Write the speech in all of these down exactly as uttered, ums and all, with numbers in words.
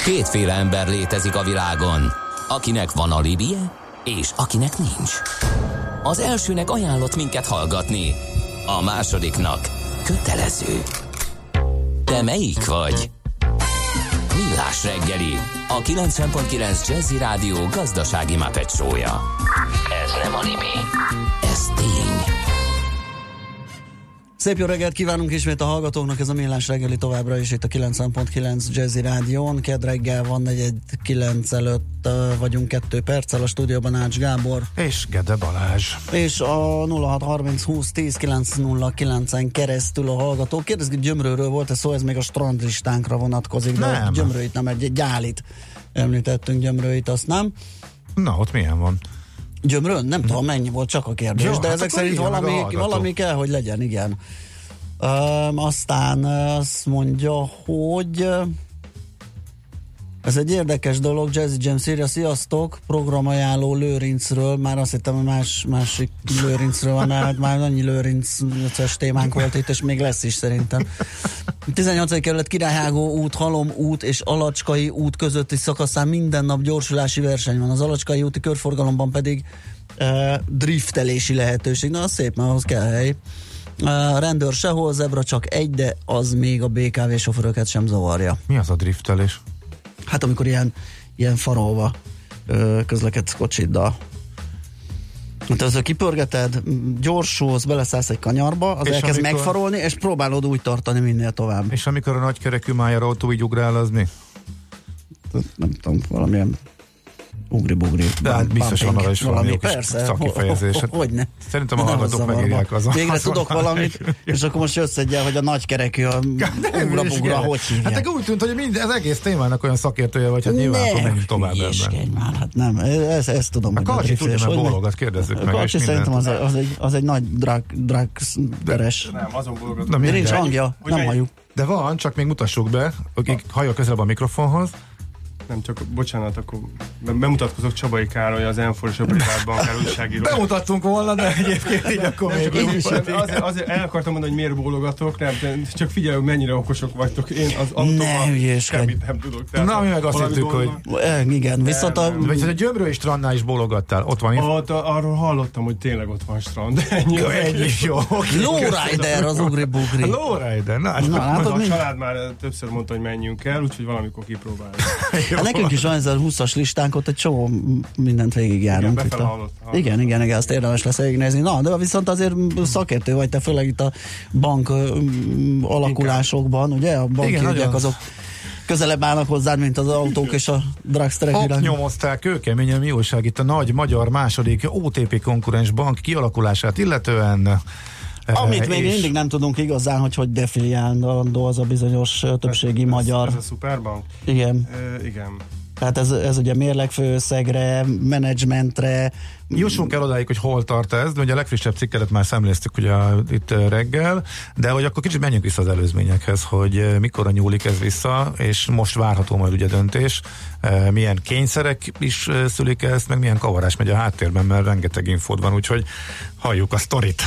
Kétféle ember létezik a világon, akinek van alibije, és akinek nincs. Az elsőnek ajánlott minket hallgatni, a másodiknak kötelező. Te melyik vagy? Millás reggeli, a kilencven pont kilenc Jazzy Rádió gazdasági Muppet show-ja. Ez nem anime, ez tény. Szép jó reggelt kívánunk ismét a hallgatóknak, ez a Millás reggeli továbbra is itt a kilencven pont kilenc Jazzy Rádión. Kedd reggel van, negyed kilenc előtt uh, vagyunk kettő perccel, a stúdióban Ács Gábor. És Gede Balázs. És a nulla hat harminc húsz tíz kilenc nulla kilencen keresztül a hallgatók. Kérdezik, Gyömrőről volt-e szó, ez még a strandlistánkra vonatkozik, de nem. Gyömrőit nem, egy, egy Gyálit említettünk, Gyömrőit azt nem. Na, ott milyen van? Gyömrőn? Nem tudom, mennyi volt csak a kérdés, jó, de hát ezek szerint valami, valami kell, hogy legyen, igen. Um, aztán azt mondja, hogy ez egy érdekes dolog, Jazzy James írja, sziasztok, programajánló Lőrincről, már azt hittem, hogy más, másik Lőrincről van, mert már annyi Lőrinces témánk volt itt, és még lesz is szerintem. tizennyolcadik kerület Királyhágó út, Halom út és Alacskai út közötti szakaszán minden nap gyorsulási verseny van, az Alacskai úti körforgalomban pedig uh, driftelési lehetőség. Na, az szép, mert ahhoz kell hely. A rendőr sehol, zebra csak egy, de az még a bé ká vé sofőröket sem zavarja. Mi az a driftelés? Hát amikor ilyen, ilyen farolva ö, közlekedsz kocsiddal. Hát az, kipörgeted, gyorsulsz, beleszállsz egy kanyarba, az és elkezd amikor... megfarolni, és próbálod úgy tartani minél tovább. És amikor a nagykerekű májár autó így ugrál, az mi? Nem tudom, valamilyen ugri-bugri. De hát biztos van arra is valami szakkifejezés. Hogyne. Szerintem a hallgatók megírják azon. Végre tudok valamit, és akkor most jössz egyel, hogy a nagykerekű a ugra-bugra hogy hívják. Hát úgy tűnt, hogy mind, az egész témának olyan szakértője vagy, hát nyilván akkor menjünk tovább ebben. Már, hát nem, ezt, ezt tudom. A Karcsi tudja, mert bólogat, kérdezzük meg. A Karcsi szerintem az, az, egy, az egy nagy dragsteres. Nem, azon bólogat. Na, nincs hangja, nem halljuk. De van, csak még mutassuk be, akik hallja közelebb a mikrofonhoz. Nem csak, bocsánat, akkor bemutatkozok, Csabai Károly, az Enfor és a Privát Bankár újságíró. Bemutattunk volna, de egyébként így akkor még azért, azért, azért el akartam mondani, hogy miért bólogatok, nem, csak figyelj, hogy mennyire okosok vagytok. Én az autóval semmit nem tudok. Na, mi meg azt hittük, hogy... E, igen, viszont a... Vagy a Gyömrői strandnál is bólogattál, ott van. Ott, arról hallottam, hogy tényleg ott van strand. Ennyi, ennyi jó. Lowrider az ugri-bugri. Lowrider, na. na hát, a család már többször mondta, hogy menjünk el, úgyhogy valamikor kipróbáljuk. Hát nekünk is van ez a húszas listánk, ott egy csomó mindent végigjárunk. Igen, itt a... igen, igen, igen, azt érdemes lesz végignézni. Na, de viszont azért szakértő vagy te, főleg itt a bank um, alakulásokban, ugye? A bankjegyek azok közelebb állnak hozzád, mint az autók és a dragsterek. Hopp, nyomozták őkeményen, mi újság itt a nagy magyar második o té pé konkurens bank kialakulását illetően. Amit e, még mindig nem tudunk igazán, hogy hogy defiliálandó az a bizonyos többségi ez, magyar. Ez a Superbank? Igen. E, igen. Tehát ez, ez ugye mérlegfőösszegre, menedzsmentre. Jussunk el odáig, hogy hol tart ez, de ugye a legfrissebb cikkedet már szemléztük ugye itt reggel, de hogy akkor kicsit menjünk vissza az előzményekhez, hogy mikor nyúlik ez vissza, és most várható majd ugye döntés, milyen kényszerek is szülik ezt, meg milyen kavarás megy a háttérben, mert rengeteg infód van, úgyhogy halljuk a sztorit.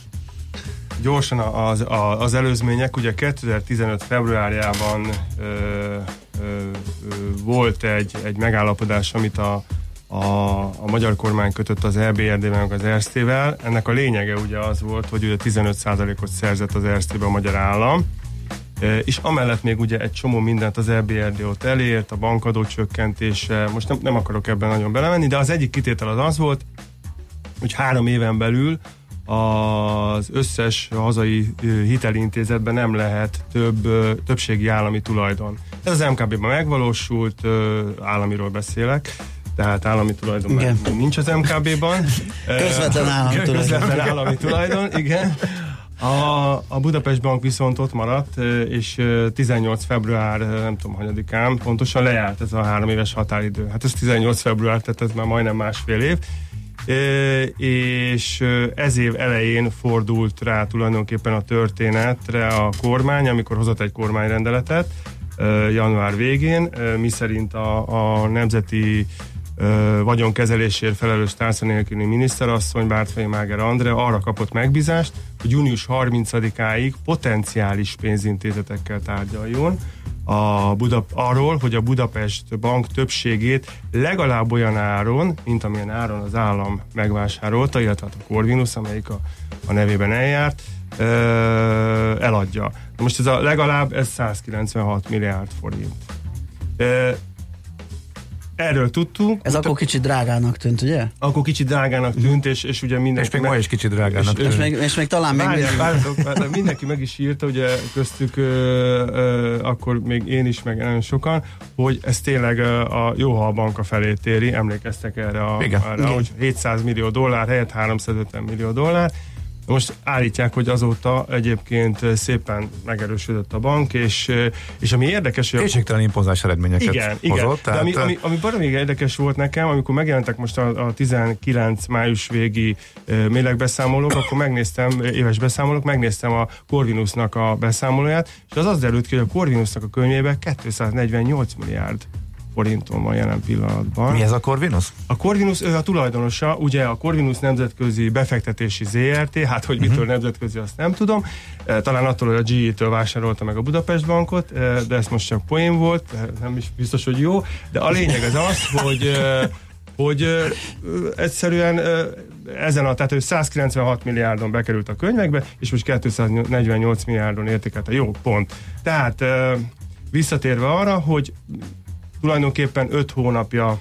Gyorsan az, az előzmények, ugye kétezer-tizenöt februárjában ö, ö, ö, volt egy, egy megállapodás, amit a, a, a magyar kormány kötött az é bé er dé-vel, meg az Erste-vel. Ennek a lényege ugye az volt, hogy ugye tizenöt százalékot szerzett az Erste-be a magyar állam, e, és amellett még ugye egy csomó mindent az é bé er dé ott elért, a bankadó csökkentése, most nem, nem akarok ebben nagyon belemenni, de az egyik kitétel az az volt, hogy három éven belül az összes hazai hitelintézetben nem lehet több többségi állami tulajdon. Ez az em ká bé-ben megvalósult, államiról beszélek, tehát állami tulajdon igen. Már nincs az em ká bé-ban. Közvetlen állami tulajdon. Közvetlen állami tulajdon, igen. A, a Budapest Bank viszont ott maradt, és tizennyolc február, nem tudom, hanyadikán pontosan lejárt ez a három éves határidő. Hát ez tizennyolc február, tehát ez már majdnem másfél év. E, és ez év elején fordult rá tulajdonképpen a történetre a kormány, amikor hozott egy kormányrendeletet e, január végén, e, miszerint a, a nemzeti ö, vagyonkezelésért felelős tárca nélküli miniszterasszony, Bártfai Máger Andrea arra kapott megbízást, hogy június harmincadikáig potenciális pénzintézetekkel tárgyaljon a Buda, arról, hogy a Budapest Bank többségét legalább olyan áron, mint amilyen áron az állam megvásárolta, illetve a Corvinus, amelyik a, a nevében eljárt, ö, eladja. Most ez a legalább ez százkilencvenhat milliárd forint. Ö, Erről tudtunk. Ez akkor kicsit drágának tűnt, ugye? Akkor kicsit drágának tűnt, és, és ugye mindenki... És még meg, ma is kicsit drágának és, és, még, és még talán még... Várjál, várjátok, mindenki meg is írta, ugye köztük ö, ö, akkor még én is, meg nagyon sokan, hogy ez tényleg a Jóha banka felé téri, emlékeztek erre, a, igen, erre igen. hogy hétszáz millió dollár helyett háromszázötven millió dollár. Most állítják, hogy azóta egyébként szépen megerősödött a bank, és, és ami érdekes, hogy... Kétségtelen impozás eredményeket igen, hozott. Igen, de ami, ami, ami baromi érdekes volt nekem, amikor megjelentek most a, a tizenkilenc május végi uh, mérlegbeszámolók, akkor megnéztem, éves beszámolók, megnéztem a Corvinusnak a beszámolóját, és az az derült ki, hogy a Corvinusnak a könyvében kétszáznegyvennyolc milliárd forinton van jelen pillanatban. Mi ez a Corvinus? A Corvinus, ő a tulajdonosa, ugye a Corvinus Nemzetközi Befektetési zé er té, hát hogy mitől uh-huh. nemzetközi, azt nem tudom. Talán attól, hogy a gé é-től vásárolta meg a Budapest Bankot, de ez most csak poén volt, nem is biztos, hogy jó, de a lényeg az az, hogy hogy egyszerűen ezen a, tehát százkilencvenhat milliárdon bekerült a könyvekbe, és most kétszáznegyvennyolc milliárdon értékelte. Jó, pont. Tehát visszatérve arra, hogy tulajdonképpen öt hónapja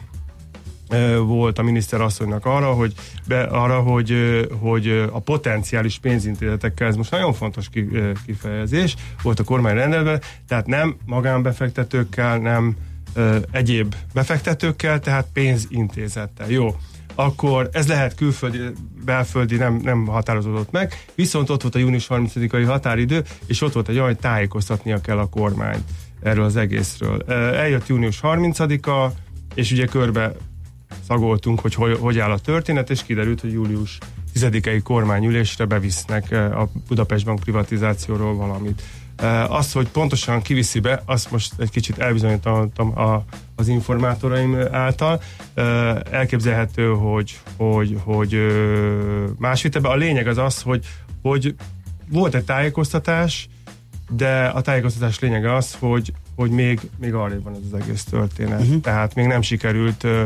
e, volt a miniszterasszonynak arra, hogy, be, arra hogy, hogy a potenciális pénzintézetekkel, ez most nagyon fontos ki, kifejezés, volt a kormány rendelve, tehát nem magánbefektetőkkel, nem e, egyéb befektetőkkel, tehát pénzintézettel. Jó, akkor ez lehet külföldi, belföldi, nem, nem határozódott meg, viszont ott volt a június harmincadikai határidő, és ott volt egy olyan, hogy tájékoztatnia kell a kormányt erről az egészről. Eljött június harmincadika, és ugye körbe szagoltunk, hogy hogy, hogy áll a történet, és kiderült, hogy július tizedikei kormányülésre bevisznek a Budapest Bank privatizációról valamit. Az, hogy pontosan kiviszi be, azt most egy kicsit elbizonyítottam a, az informátoraim által. Elképzelhető, hogy, hogy, hogy más vitte be. A lényeg az az, hogy, hogy volt egy tájékoztatás, de a tájékoztatás lényege az, hogy, hogy még, még arrébb van ez az egész történet. Uh-huh. Tehát még nem sikerült ö,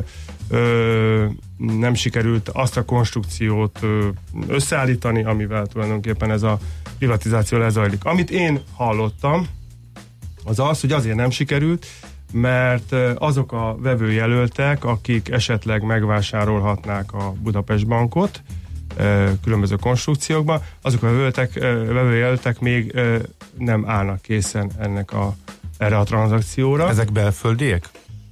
ö, nem sikerült azt a konstrukciót ö, összeállítani, amivel tulajdonképpen ez a privatizáció lezajlik. Amit én hallottam, az az, hogy azért nem sikerült, mert azok a vevőjelöltek, akik esetleg megvásárolhatnák a Budapest Bankot különböző konstrukciókban, azok a vevőjelöltek még nem állnak készen ennek a, erre a tranzakcióra. Ezek belföldiek?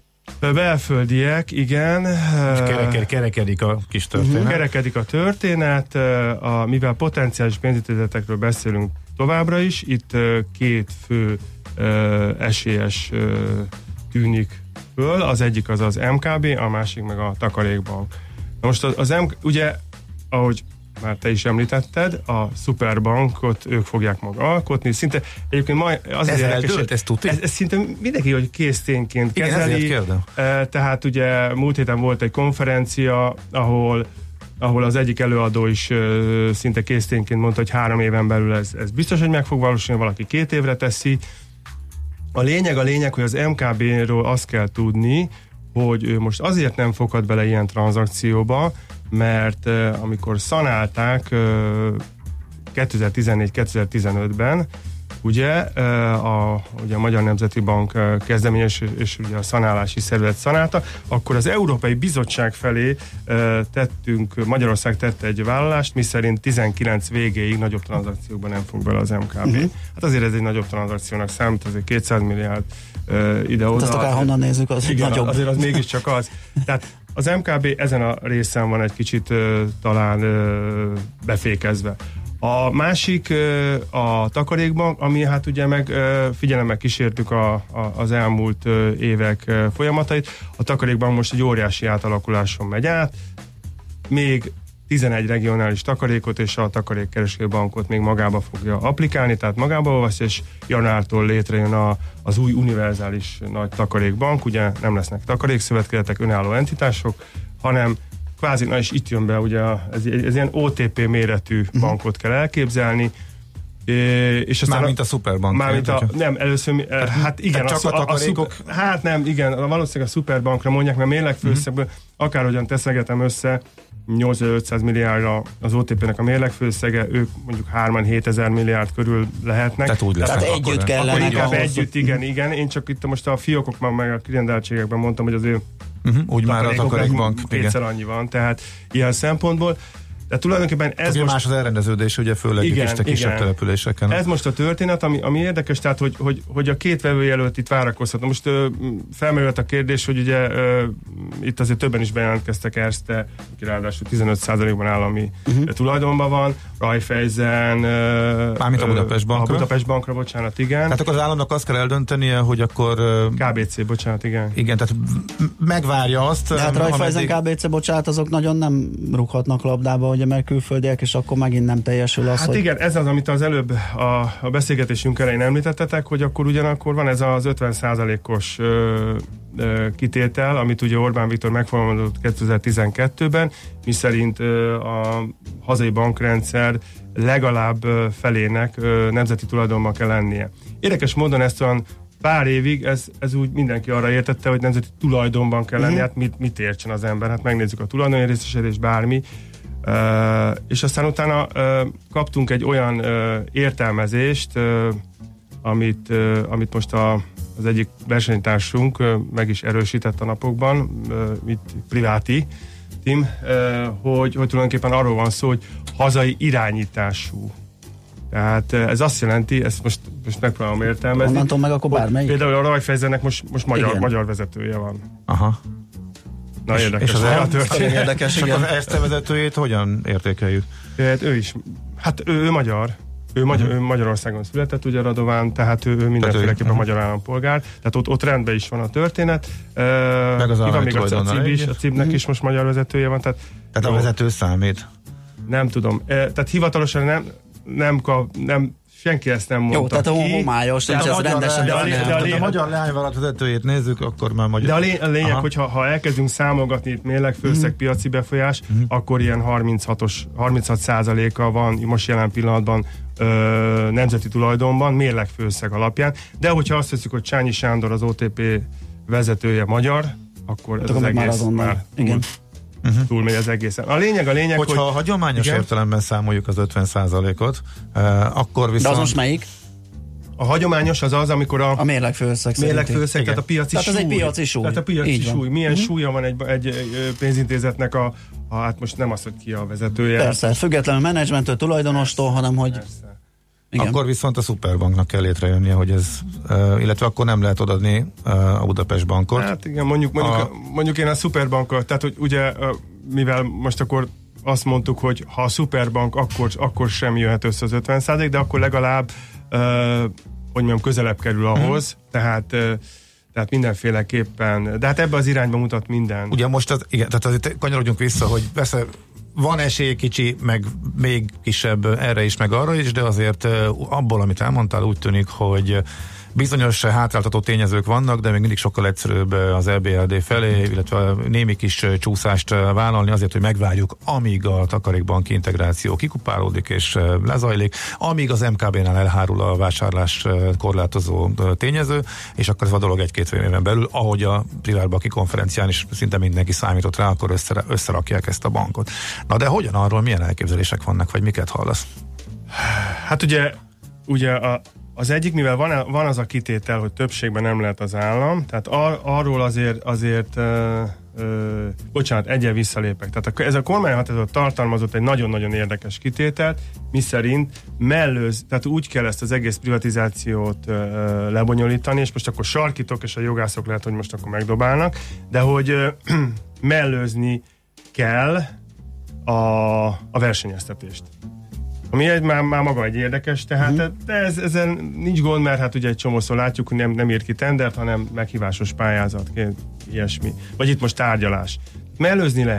Belföldiek, igen. Kerekedik, kerekedik a kis történet. Kerekedik a történet, a, mivel potenciális pénzintézetekről beszélünk továbbra is, itt két fő esélyes tűnik föl, az egyik az az em ká bé, a másik meg a Takarékbank. Na most az, az M, ugye, ahogy már te is említetted, a Superbankot ők fogják maga alkotni, szinte egyébként majd az ez érdekes, eldőlt, ez tudni? Ez, ez szinte mindenki, hogy késztényként kezeli. Igen, tehát ugye múlt héten volt egy konferencia, ahol ahol az egyik előadó is uh, szinte késztényként mondta, hogy három éven belül ez, ez biztos, hogy meg fog valósulni, valaki két évre teszi. A lényeg a lényeg, hogy az em ká bé-ről azt kell tudni, hogy ő most azért nem foghat bele ilyen tranzakcióba, mert uh, amikor szanálták uh, kétezer-tizennégy kétezer-tizenötben, ugye a, ugye a Magyar Nemzeti Bank kezdeményes és ugye a szanálási szervezet szanálta, akkor az Európai Bizottság felé tettünk, Magyarország tette egy vállalást, miszerint tizenkilenc végéig nagyobb tranzakciókban nem fog bele az em ká bé. Uh-huh. Hát azért ez egy nagyobb tranzakciónak számít, azért kétszáz milliárd ide-oda. Hát azt akár honnan nézzük, az igen, nagyobb. Azért az mégiscsak az. Tehát az em ká bé ezen a részen van egy kicsit talán befékezve. A másik a Takarékbank, ami hát ugye meg figyelemmel kísértük a, a, az elmúlt évek folyamatait. A Takarékbank most egy óriási átalakuláson megy át. Még tizenegy regionális takarékot és a takarékkereskedő bankot még magába fogja applikálni, tehát magába olvasja, és januártól létrejön a, az új univerzális nagy takarékbank, ugye nem lesznek takarékszövetkezetek, önálló entitások, hanem kvázi, na és itt jön be, ugye ez, ez ilyen o té pé méretű uh-huh. bankot kell elképzelni, és aztán mármint a szuperbank. Mármint a, nem, először, tehát, hát igen, csak a, a, a szuper, hát nem, igen, valószínűleg a szuperbankra mondják, mert mérlegfőszegből, uh-huh. akárhogyan teszegetem össze, nyolcezer-ötszáz milliárdra az o té pének a mérlegfőszege, ők mondjuk három-hétezer milliárd körül lehetnek. Tehát úgy lesznek. Tehát együtt kellene. Inkább együtt, igen, igen. Én csak itt most a fiókokban, meg a kirendeltségekben mondtam, hogy az ő uh-huh, úgy már a takarékbank. Kétszer annyi van, tehát ilyen szempontból. De tulajdonképpen ez ugye most... más az elrendeződés, ugye főleg igen, itt kisebb igen. településeken. Ez most a történet, ami, ami érdekes, tehát hogy, hogy, hogy a két vevőjelölt itt várakozhat. Most ö, felmerült a kérdés, hogy ugye ö, itt azért többen is bejelentkeztek Erste, aki ráadásul tizenöt százalékban állami uh-huh. tulajdonban van, Raiffeisen, mármint a Budapest Bankra. A Budapest Bankra, bocsánat, igen. Tehát akkor az államnak azt kell eldöntenie, hogy akkor... ká bé cé, bocsánat, igen. Igen, tehát megvárja azt... De hát Raiffeisen, ameddig... ká bé cé, bocsánat, azok nagyon nem rúghatnak labdába, ugye, mert külföldiek, és akkor megint nem teljesül az, hát hogy... igen, ez az, amit az előbb a, a beszélgetésünk elején említettetek, hogy akkor ugyanakkor van ez az ötven százalékos ö, ö, kitétel, amit ugye Orbán Viktor megfogalmazott kétezer-tizenkettőben, miszerint ö, a hazai bankrendszer legalább ö, felének ö, nemzeti tulajdonban kell lennie. Érdekes módon ezt olyan pár évig ez, ez úgy mindenki arra értette, hogy nemzeti tulajdonban kell lennie, uh-huh. hát mit, mit értsen az ember, hát megnézzük a tulajdoni részesedést, bármi. Uh, és aztán utána uh, kaptunk egy olyan uh, értelmezést, uh, amit, uh, amit most a, az egyik versenytársunk uh, meg is erősített a napokban, uh, itt Priváti Tim, uh, hogy, hogy tulajdonképpen arról van szó, hogy hazai irányítású. Tehát uh, ez azt jelenti, ezt most, most megpróbálom értelmezni. Onnantól meg akkor bármelyik? Például a Raiffeisennek most, most magyar, magyar vezetője van. Aha. Na, érdekes. És az, el, az érdekes, igen. Az Erste vezetőjét hogyan értékeljük? Hát ő is. Hát ő, ő magyar. Ő, magyar, uh-huh. ő Magyarországon született, ugye Radován, tehát ő, ő mindenféleképpen uh-huh. magyar állampolgár. Tehát ott, ott rendben is van a történet. Meg az állami tulajdonnal. A cé i bé is, a cé i bé-nek uh-huh. is most magyar vezetője van. Tehát, tehát a vezető számít? Nem tudom. Tehát hivatalosan nem, nem, kap, nem senki ezt nem mondta. Jó, tehát ki. a homályos, nincs ez rendesen. De a, de a, de a magyar leányvállalat vezetőjét nézzük, akkor már magyar. De a, lé, a lényeg, aha. hogy ha, ha elkezdünk számolgatni itt mérlegfőszeg, mm. piaci befolyás, mm. akkor ilyen harminchatos, harminchat százaléka van most jelen pillanatban ö, nemzeti tulajdonban, mérlegfőszeg alapján. De hogyha azt veszük, hogy Csányi Sándor az o té pé vezetője magyar, akkor ez az egész már igen. Uh-huh. túlmegy az egészen. A lényeg, a lényeg, Hogyha hogy... ha hagyományos igen? értelemben számoljuk az ötven százalékot, uh, akkor viszont... De az most melyik? A hagyományos az az, amikor a... A mérlegfőszeg mérlegfőszeg, tehát a piaci tehát súly. Tehát ez egy piaci súly. Tehát a piaci így súly. Van. Milyen uh-huh. súlya van egy, egy, egy pénzintézetnek a, a... Hát most nem az, hogy ki a vezetője. Persze, függetlenül menedzsmenttől, tulajdonostól, hanem hogy... Persze. Igen. Akkor viszont a szuperbanknak kell létrejönnie, hogy ez, uh, illetve akkor nem lehet odaadni uh, a Budapest Bankot. Hát igen, mondjuk, mondjuk, a... mondjuk én a szuperbankkal, tehát hogy ugye, uh, mivel most akkor azt mondtuk, hogy ha a szuperbank, akkor, akkor sem jöhet össze az ötven százalék, de akkor legalább uh, hogy mondjam, közelebb kerül ahhoz, hmm. tehát uh, tehát mindenféleképpen, de hát ebbe az irányba mutat minden. Ugye most, az, igen, tehát azért kanyarodjunk vissza, hogy persze van esély kicsi, meg még kisebb erre is, meg arra is, de azért abból, amit elmondtál, úgy tűnik, hogy bizonyos hátráltató tényezők vannak, de még mindig sokkal egyszerűbb az é bé er dé felé, illetve némi kis csúszást vállalni azért, hogy megvárjuk, amíg a takarékbanki integráció kikupálódik és lezajlik, amíg az em ká bé-nál elhárul a vásárlás korlátozó tényező, és akkor ez a dolog egy-két éven belül, ahogy a privátbanki konferencián is szinte mindenki számított rá, akkor össze, összerakják ezt a bankot. Na de hogyan, arról milyen elképzelések vannak, vagy miket hallasz? Hát ugye, ugye a Az egyik, mivel van, van az a kitétel, hogy többségben nem lehet az állam, tehát ar, arról azért, azért ö, ö, bocsánat, egyen visszalépek. Tehát a, ez a kormányhatározat tartalmazott egy nagyon-nagyon érdekes kitételt, miszerint mellőz, tehát úgy kell ezt az egész privatizációt ö, lebonyolítani, és most akkor sarkítok, és a jogászok lehet, hogy most akkor megdobálnak, de hogy ö, mellőzni kell a, a versenyeztetést. Ami egy, már, már maga egy érdekes, tehát mm. de ez, ezen nincs gond, mert hát ugye egy csomószor látjuk, hogy nem, nem írt ki tendert, hanem meghívásos pályázat, ilyesmi. Vagy itt most tárgyalás. Mellőzni lehet.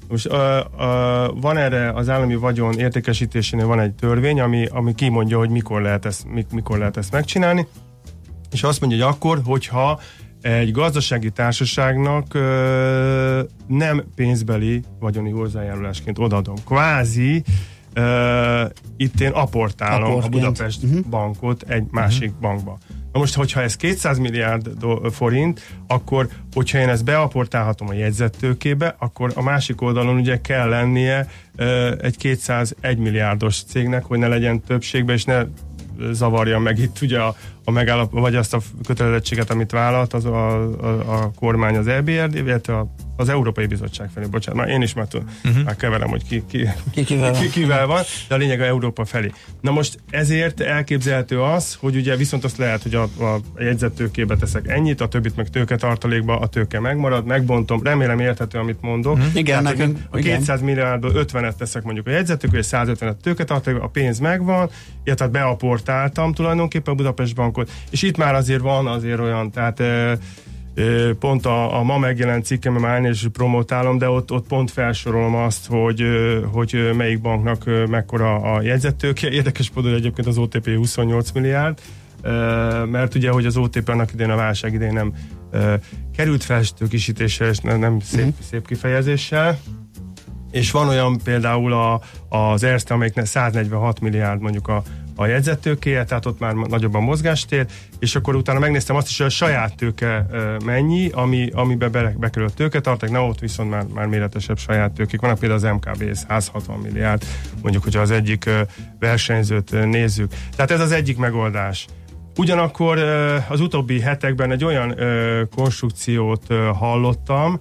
Most uh, uh, van erre az állami vagyon értékesítésénél van egy törvény, ami, ami kimondja, hogy mikor lehet, ezt, mikor lehet ezt megcsinálni, és azt mondja, hogy akkor, hogyha egy gazdasági társaságnak ö, nem pénzbeli vagyoni hozzájárulásként odaadom. Kvázi ö, itt én aportálom Aportként. a Budapest uh-huh. bankot egy másik uh-huh. bankba. Na most, hogyha ez kétszáz milliárd forint, akkor, hogyha én ezt beaportálhatom a jegyzettőkébe, akkor a másik oldalon ugye kell lennie ö, egy kétszázegy milliárdos cégnek, hogy ne legyen többségbe, és ne zavarja meg itt ugye a, a megállap, vagy azt a kötelezettséget, amit vállalt az a, a, a kormány az é bé er dé, illetve a, az Európai Bizottság felé. Bocsánat, már én is már, tudom, uh-huh. már keverem, hogy ki, ki, ki, kivel, ki kivel van, de a lényeg a Európa felé. Na most ezért elképzelhető az, hogy ugye viszont azt lehet, hogy a, a jegyzettőkébe teszek ennyit, a többit meg tőketartalékba, a tőke megmarad, megbontom, remélem érthető, amit mondok. Uh-huh. Igen, tehát, nekünk, a kétszáz milliárdból ötvenet teszek mondjuk a jegyzettőkébe, és százötvenet tőketartalékba, a pénz megvan, illetve beaportáltam tulajdonképpen a Budapest Bankot, és itt már azért van azért olyan, tehát e, e, pont a, a ma megjelent cikkemben már én is promotálom, de ott, ott pont felsorolom azt, hogy, hogy melyik banknak mekkora a jegyzettőke. Érdekes módon egyébként az o té pé huszonnyolc milliárd, e, mert ugye, hogy az o té pé annak idején a válság idején nem e, került felstőkisítésre, és nem, nem szép, szép kifejezéssel. És van olyan például a, az Erste, amelyiknek száznegyvenhat milliárd mondjuk a, a jegyzettőkéje, tehát ott már nagyobb a mozgástér, és akkor utána megnéztem azt is, hogy a saját tőke mennyi, ami, amiben be, bekerül a tőketartalék, na ott viszont már, már méretesebb saját tőkék. Vannak például az em ká bé százhatvan milliárd, mondjuk, hogyha az egyik versenyzőt nézzük. Tehát ez az egyik megoldás. Ugyanakkor az utóbbi hetekben egy olyan konstrukciót hallottam,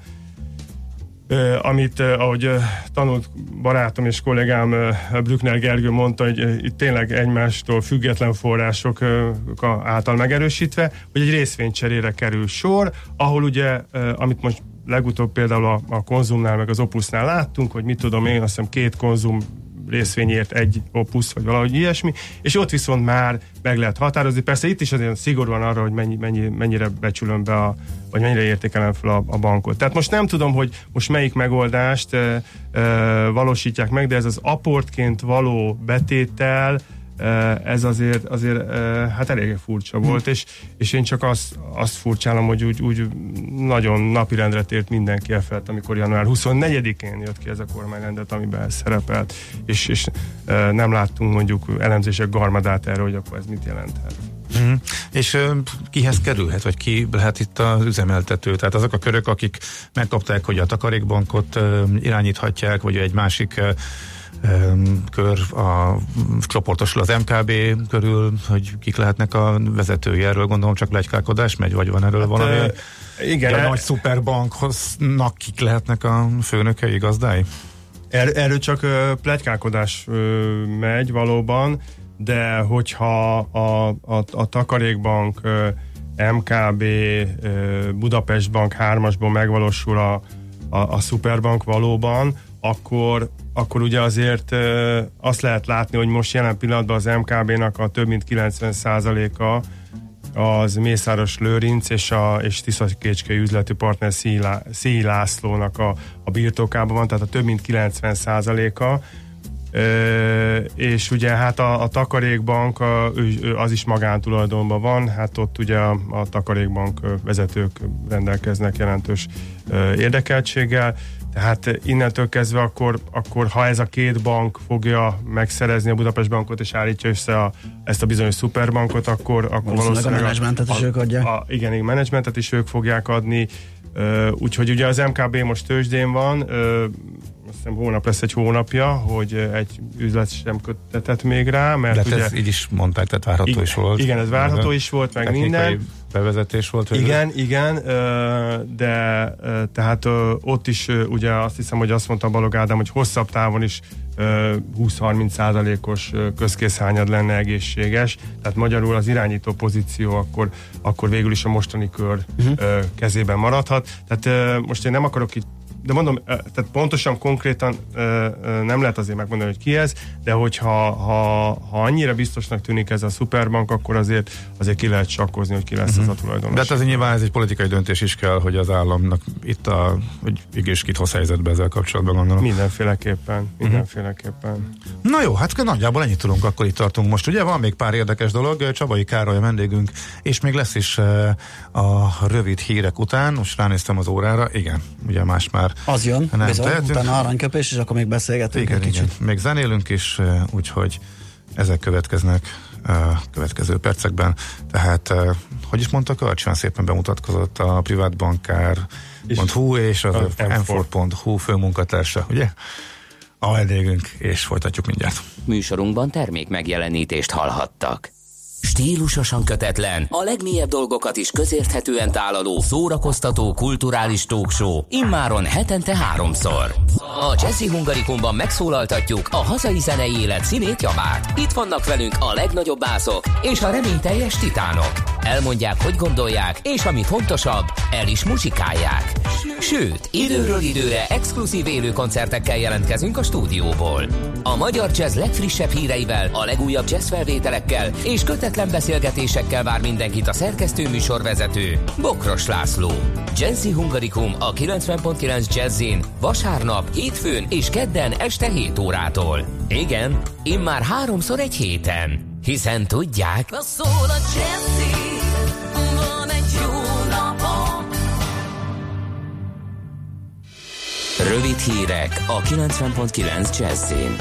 Uh, amit, uh, ahogy uh, tanult barátom és kollégám uh, Brückner Gergő mondta, hogy uh, itt tényleg egymástól független források uh, által megerősítve, hogy egy részvénycserére kerül sor, ahol ugye, uh, amit most legutóbb például a, a Konzumnál meg az Opusnál láttunk, hogy mit tudom én, azt hiszem két Konzum részvényért egy Opus, vagy valahogy ilyesmi, és ott viszont már meg lehet határozni. Persze itt is azért szigorúan arra, hogy mennyi, mennyi, mennyire becsülöm be, a, vagy mennyire értékelem fel a, a bankot. Tehát most nem tudom, hogy most melyik megoldást e, e, valósítják meg, de ez az aportként való betétel, ez azért, azért hát eléggé furcsa volt, hmm. és, és én csak azt, azt furcsálom, hogy úgy, úgy nagyon napirendre tért mindenki e felett, amikor január huszonnegyedikén jött ki ez a kormányrendet, amiben szerepelt, és, és nem láttunk mondjuk elemzések garmadát erről, hogy akkor ez mit jelenthet. Mm. És uh, kihez kerülhet, vagy ki lehet itt az üzemeltető? Tehát azok a körök, akik megkapták, hogy a takarékbankot uh, irányíthatják, vagy egy másik uh, kör a csoportosul az em ká bé körül, hogy kik lehetnek a vezetői, erről gondolom csak pletykálkodás megy, vagy van erről hát, valami? Uh, igen. A nagy szuperbankhoznak kik lehetnek a főnökei, gazdái? Er, erről csak uh, pletykálkodás uh, megy valóban, de hogyha a, a, a Takarékbank, uh, em ká bé, uh, Budapest Bank hármasból megvalósul a, a, a szuperbank valóban, akkor akkor ugye azért ö, azt lehet látni, hogy most jelen pillanatban az em ká bé-nak a több mint kilencven százaléka az Mészáros Lőrinc és a és Tiszakécskei üzleti partner Szíj Lászlónak a, a birtokában van, tehát a több mint kilencven százaléka. Ö, és ugye hát a, a Takarékbank a, az is magántulajdonban van, hát ott ugye a, a Takarékbank vezetők rendelkeznek jelentős ö, érdekeltséggel. Tehát innentől kezdve akkor, akkor, ha ez a két bank fogja megszerezni a Budapest Bankot és állítja össze a, ezt a bizonyos szuperbankot, akkor, akkor valószínűleg, valószínűleg a menedzsmentet is ők adják. A, igen, igen, menedzsmentet is ők fogják adni. Uh, úgyhogy ugye az em ká bé most tőzsdén van, uh, azt hiszem hónap lesz egy hónapja, hogy egy üzlet sem köttetett még rá, mert de ugye... ez így is mondták, tehát várható igen, is volt. Igen, ez várható is volt, meg minden. Bevezetés volt. Igen, végül. igen, de tehát ott is ugye azt hiszem, hogy azt mondta Balog Ádám, hogy hosszabb távon is húsz-harminc százalékos közkészhányad lenne egészséges, tehát magyarul az irányító pozíció akkor, akkor végül is a mostani kör uh-huh. kezében maradhat. Tehát most én nem akarok itt de mondom, tehát pontosan, konkrétan nem lehet azért megmondani, hogy ki ez, de hogyha ha, ha annyira biztosnak tűnik ez a szuperbank, akkor azért, azért ki lehet sakkozni, hogy ki lesz uh-huh. ez a tulajdonos. De hát azért nyilván ez egy politikai döntés is kell, hogy az államnak itt a, hogy igés kit hoz helyzetbe ezzel kapcsolatban, gondolom. Mindenféleképpen, mindenféleképpen. Uh-huh. Na jó, hát nagyjából ennyit tudunk, akkor itt tartunk most. Ugye van még pár érdekes dolog, Csabai Károly a vendégünk, és még lesz is a rövid hírek után, most ránéztem az órára, igen, ugye más már az jön, nem bizony, tehetünk. Utána aranyköpés, és akkor még beszélgetünk igen, egy kicsit. Igen. Még zenélünk is, úgyhogy ezek következnek a következő percekben. Tehát, hogy is mondtak, Kölcsön szépen bemutatkozott a privátbankár pont hu és az em négy pont hu főmunkatársa, ugye? A vendégünk, és folytatjuk mindjárt. Műsorunkban termék megjelenítést hallhattak. Stílusosan kötetlen, a legmélyebb dolgokat is közérthetően tálaló, szórakoztató, kulturális talkshow, immáron hetente háromszor. A Jazzy Hungarikumban megszólaltatjuk a hazai zenei élet színét, javát. Itt vannak velünk a legnagyobb bászok és a reményteljes titánok. Elmondják, hogy gondolják, és ami fontosabb, el is muzsikálják. Sőt, időről időre exkluzív élő koncertekkel jelentkezünk a stúdióból. A magyar jazz legfrissebb híreivel, a legújabb jazz felvételekkel és kötetlen beszélgetésekkel vár mindenkit a szerkesztő műsorvezető, Bokros László. Jazzy Hungarikum a kilencven pont kilenc Jazzin vasárnap, hétfőn és kedden este hét órától. Igen, immár háromszor egy héten. Hiszen tudják... Szól a Jazzy, van egy jó napom. Rövid hírek a kilencven pont kilenc Jazzin.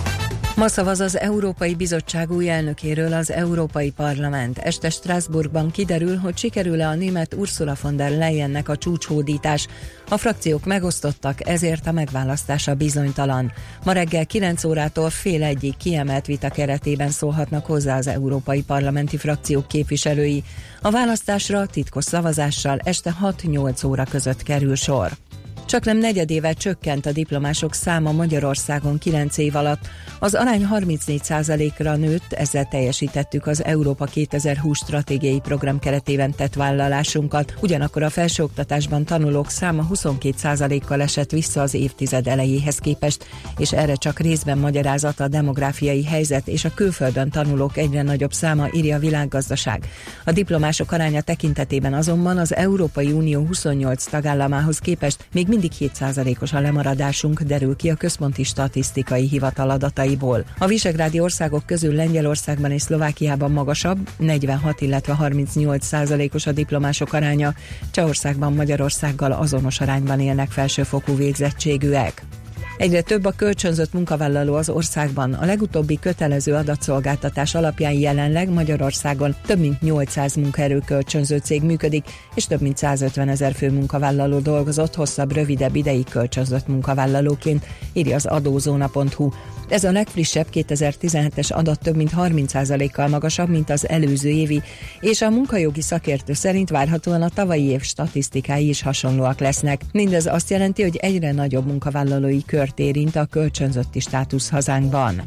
Ma szavaz az Európai Bizottság új elnökéről az Európai Parlament. Este Strasbourgban kiderül, hogy sikerül-e a német Ursula von der Leyennek a csúcshódítás. A frakciók megosztottak, ezért a megválasztása bizonytalan. Ma reggel kilenc órától fél egyig kiemelt vita keretében szólhatnak hozzá az európai parlamenti frakciók képviselői. A választásra titkos szavazással este hat-nyolc óra között kerül sor. Csaknem negyedével csökkent a diplomások száma Magyarországon kilenc év alatt. Az arány harmincnégy százalékra nőtt, ezzel teljesítettük az Európa kétezer-húsz stratégiai program keretében tett vállalásunkat. Ugyanakkor a felsőoktatásban tanulók száma huszonkét százalékkal esett vissza az évtized elejéhez képest, és erre csak részben magyarázat a demográfiai helyzet és a külföldön tanulók egyre nagyobb száma, írja a Világgazdaság. A diplomások aránya tekintetében azonban az Európai Unió huszonnyolc tagállamához képest még mindig hét százalékos a lemaradásunk, derül ki a Központi Statisztikai Hivatal adataiból. A visegrádi országok közül Lengyelországban és Szlovákiában magasabb, negyvenhat, illetve harmincnyolc százalékos a diplomások aránya, Csehországban Magyarországgal azonos arányban élnek felsőfokú végzettségűek. Egyre több a kölcsönzött munkavállaló az országban. A legutóbbi kötelező adatszolgáltatás alapján jelenleg Magyarországon több mint nyolcszáz munkaerő kölcsönző cég működik, és több mint százötven ezer fő munkavállaló dolgozott hosszabb, rövidebb ideig kölcsönzött munkavállalóként, írja az adózóna pont hu. Ez a legfrissebb kétezer-tizenhetes adat több mint harminc százalékkal magasabb, mint az előző évi, és a munkajogi szakértő szerint várhatóan a tavalyi év statisztikái is hasonlóak lesznek. Mindez azt jelenti, hogy egyre nagyobb munkavállalói kört érint a kölcsönzötti státusz hazánkban.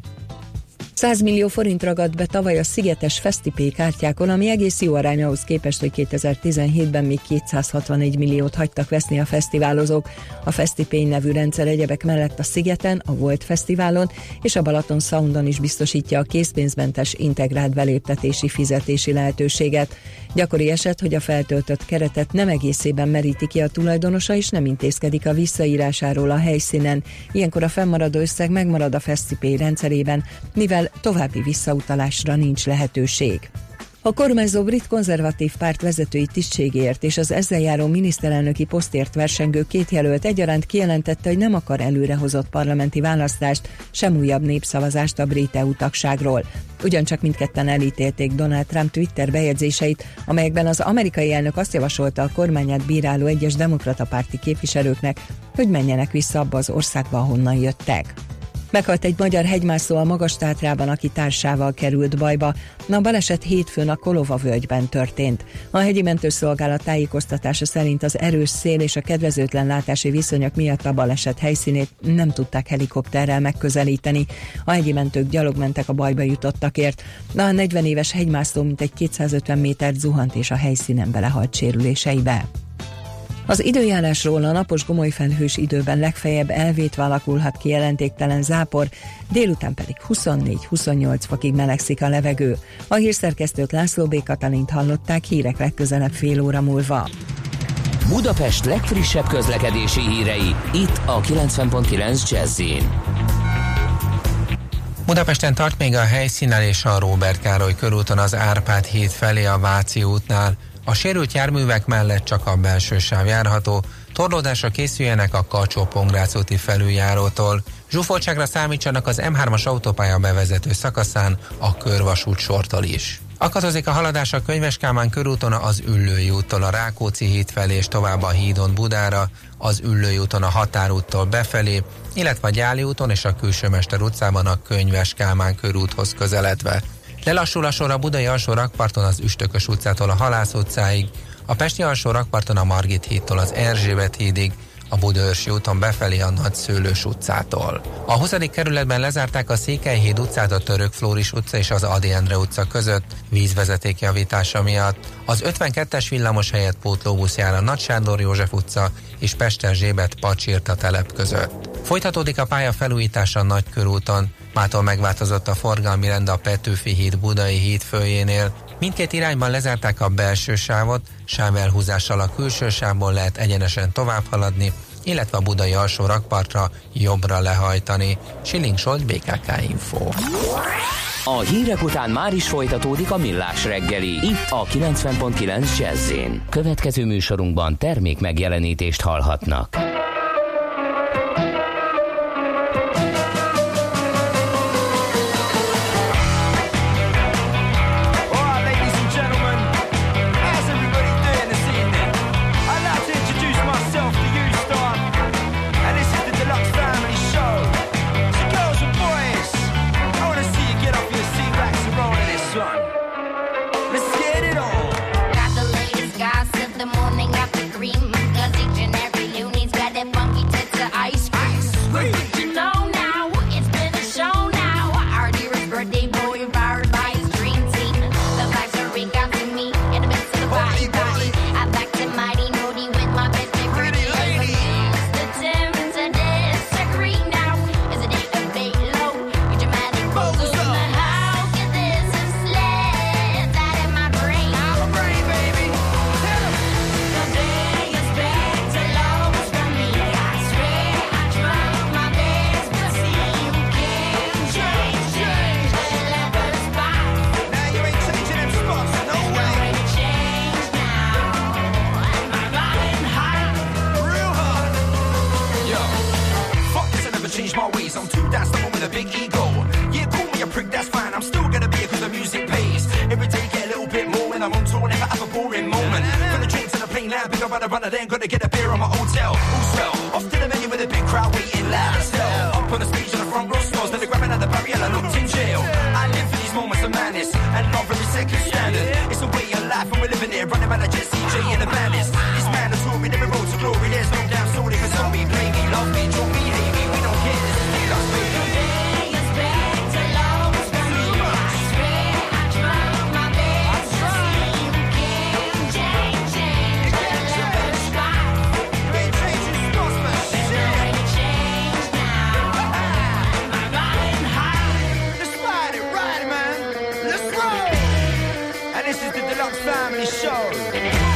száz millió forint ragadt be tavaly a Szigetes Fesztipay kártyákon, ami egész jó arány ahhoz képest, hogy kétezer-tizenhétben még kétszázhatvanegy milliót hagytak veszni a fesztiválozók. A Fesztipay nevű rendszer egyebek mellett a Szigeten, a Volt Fesztiválon és a Balaton Soundon is biztosítja a készpénzmentes integrált beléptetési fizetési lehetőséget. Gyakori eset, hogy a feltöltött keretet nem egészében meríti ki a tulajdonosa, és nem intézkedik a visszaírásáról a helyszínen. Ilyenkor a fennmaradó összeg megmarad a Fesztipay rendszerében, mivel további visszautalásra nincs lehetőség. A kormányzó brit konzervatív párt vezetői tisztségért és az ezzel járó miniszterelnöki posztért versengő két jelölt egyaránt kijelentette, hogy nem akar előrehozott parlamenti választást, sem újabb népszavazást a brit é u tagságról. Ugyancsak mindketten elítélték Donald Trump Twitter bejegyzéseit, amelyekben az amerikai elnök azt javasolta a kormányát bíráló egyes demokrata párti képviselőknek, hogy menjenek vissza abba az országba, ahonnan jöttek. Meghalt egy magyar hegymászó a Magas-Tátrában, aki társával került bajba. A baleset hétfőn a Kolova völgyben történt. A hegyi mentőszolgálat tájékoztatása szerint az erős szél és a kedvezőtlen látási viszonyok miatt a baleset helyszínét nem tudták helikopterrel megközelíteni. A hegyi mentők gyalog mentek a bajba jutottakért. A negyven éves hegymászó mintegy kétszázötven métert zuhant és a helyszínen belehalt sérüléseibe. Az időjárásról: a napos gomolyfelhős időben legfeljebb elvétve alakulhat ki jelentéktelen zápor, délután pedig huszonnégy-huszonnyolc fokig melegszik a levegő. A hírszerkesztőt, László B. Katalint hallották, hírek legközelebb fél óra múlva. Budapest legfrissebb közlekedési hírei, itt a kilencven pont kilenc Jazz-in. Budapesten tart még a helyszínen és a Róbert Károly körúton az Árpád híd felé a Váci útnál. A sérült járművek mellett csak a belső sáv járható, torlódásra készüljenek a Kacsó-Pongrác úti felüljárótól. Zsúfoltságra számítsanak az M hármas autópálya bevezető szakaszán, a Körvasút sortól is. Akadozik a haladás a Könyves Kálmán körúton az Üllői úttól a Rákóczi híd felé és tovább a hídon Budára, az Üllői úton a Határúttól befelé, illetve a Gyáli úton és a Külsőmester utcában a Könyves Kálmán körúthoz közeledve. Lelassul a sor a Budai alsó rakparton az Üstökös utcától a Halász utcáig, a Pesti alsó rakparton a Margit hídtól az Erzsébet hídig, a Budaörsi úton befelé a Nagyszőlős utcától. A huszadik kerületben lezárták a Székelyhíd utcát a Török Flóris utca és az Ady Endre utca között vízvezeték javítása miatt. Az ötvenkettes villamos helyett pótlóbusz jár a Nagy Sándor József utca és Pesterzsébet Pacsirta telep között. Folytatódik a pálya felújítása a Nagykörúton, mától megváltozott a forgalmi rend a Petőfi híd Budai híd följénél. Mindkét irányban lezárták a belső sávot, sávelhúzással a külső sávból lehet egyenesen tovább haladni, illetve a Budai alsó rakpartra jobbra lehajtani. Schilling Solt, bé ká ká Info. A hírek után már is folytatódik a Millás reggeli, itt a kilencven pont kilenc Jazz-in. Következő műsorunkban termék megjelenítést hallhatnak. This is the Deluxe Family Show.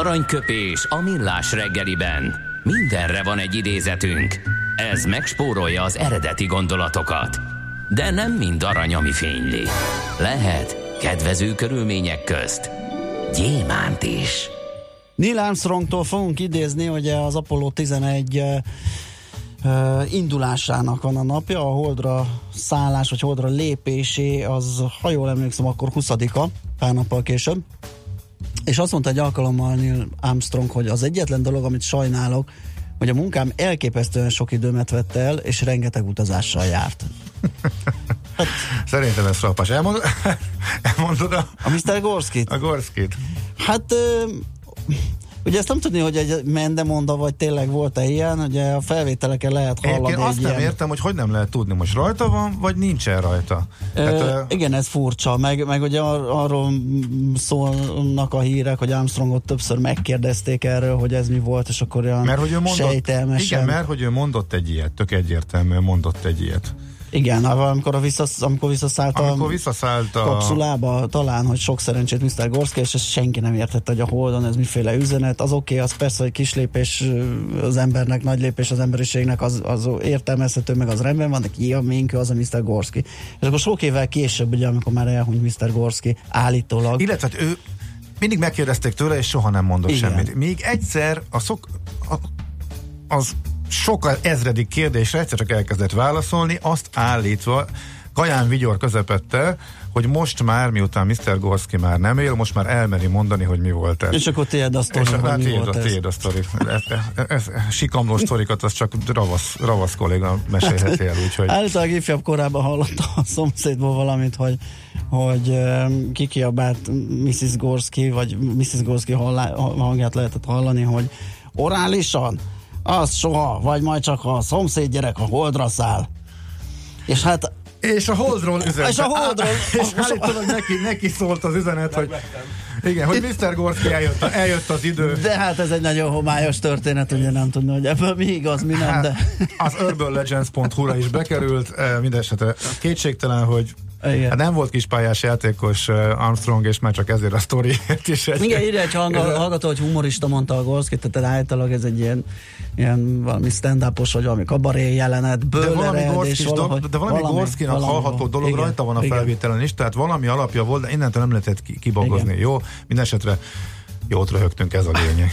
Aranyköpés a millás reggeliben. Mindenre van egy idézetünk. Ez megspórolja az eredeti gondolatokat. De nem mind arany, ami fényli. Lehet kedvező körülmények közt gyémánt is. Neil Armstrongtól fogunk idézni, hogy az Apollo tizenegy uh, uh, indulásának van a napja, a Holdra szállás, vagy Holdra lépésé, az, ha jól emlékszem, akkor huszadika, pár nappal később. És azt mondta egy alkalommal Neil Armstrong, hogy az egyetlen dolog, amit sajnálok, hogy a munkám elképesztően sok időmet vett el, és rengeteg utazással járt. Hát, szerintem ez frappás. Elmondod, elmondod a... A miszter Gorskit? A Gorskit. Hát... Ö, ugye ezt nem tudni, hogy egy mendemonda, vagy tényleg volt-e ilyen, ugye a felvételeken lehet hallani. Én azt nem ilyen... értem, hogy hogy nem lehet tudni, most rajta van, vagy nincsen rajta. Ö, hát, ö... Igen, ez furcsa, meg, meg ugye ar- arról szólnak a hírek, hogy Armstrongot többször megkérdezték erről, hogy ez mi volt, és akkor olyan mert, hogy ő mondott, sejtelmesen. Igen, mert hogy ő mondott egy ilyet, tök egyértelműen mondott egy ilyet. Igen, amikor, a visszasz, amikor visszaszállt amikor a visszaszállt a kapszulába, talán, hogy sok szerencsét miszter Gorski, és ezt senki nem értette, hogy a Holdon ez miféle üzenet. Az oké, okay, az persze, hogy kis lépés az embernek, nagy lépés az emberiségnek, az, az értelmezhető, meg az rendben van, de ki a minkő, az a miszter Gorski. És akkor sok évvel később, ugye, amikor már elhunyt miszter Gorski, állítólag. Illetve ő mindig megkérdezték tőle, és soha nem mondott igen. semmit. Míg egyszer a szok, a, az sokkal ezredik kérdésre egyszer csak elkezdett válaszolni, azt állítva kaján vigyor közepette, hogy most már, miután miszter Gorski már nem él, most már elmeri mondani, hogy mi volt ez. És akkor tiéd a sztori, hogy mi tiéd, volt ez. Tiéd a sztori. Ez, ez, ez, sikamló sztorikat, az csak ravasz, ravasz kolléga mesélheti el, úgyhogy... Állítólag ifjabb korában hallotta a szomszédból valamit, hogy, hogy um, kikiabált missziz Gorski, vagy missziz Gorski hallá, hangját lehetett hallani, hogy orálisan, az soha, vagy majd csak a szomszéd gyerek a Holdra száll. És hát És a Holdról üzenet. És a Holdról. És állítólag neki, neki szólt az üzenet, hogy igen, hogy miszter Gorski eljött, eljött az idő. De hát ez egy nagyon homályos történet, ugye nem tudni, hogy ebből mi igaz, mi nem, hát, de... Az urban legends pont hu-ra is bekerült, mindesetre kétségtelen, hogy hát nem volt kispályás játékos Armstrong, és már csak ezért a sztoriért is. Egy, igen, írja egy hallgató, hogy humorista, mondta a Gorski, tehát általában ez egy ilyen, ilyen valami stand-upos, vagy valami kabaré jelenetből de valami ered, és valahogy, de valami, valami Gorskinak valami hallható dolog igen, rajta van a igen. felvételen is, tehát valami alapja volt, de innentől nem lehetett kibogozni. Igen. Jó, mindesetre jót röhögtünk, ez a lényeg.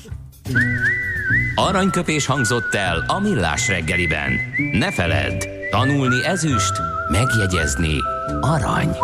Aranyköpés hangzott el a millás reggeliben. Ne feledd, tanulni ezüst, megjegyezni arany.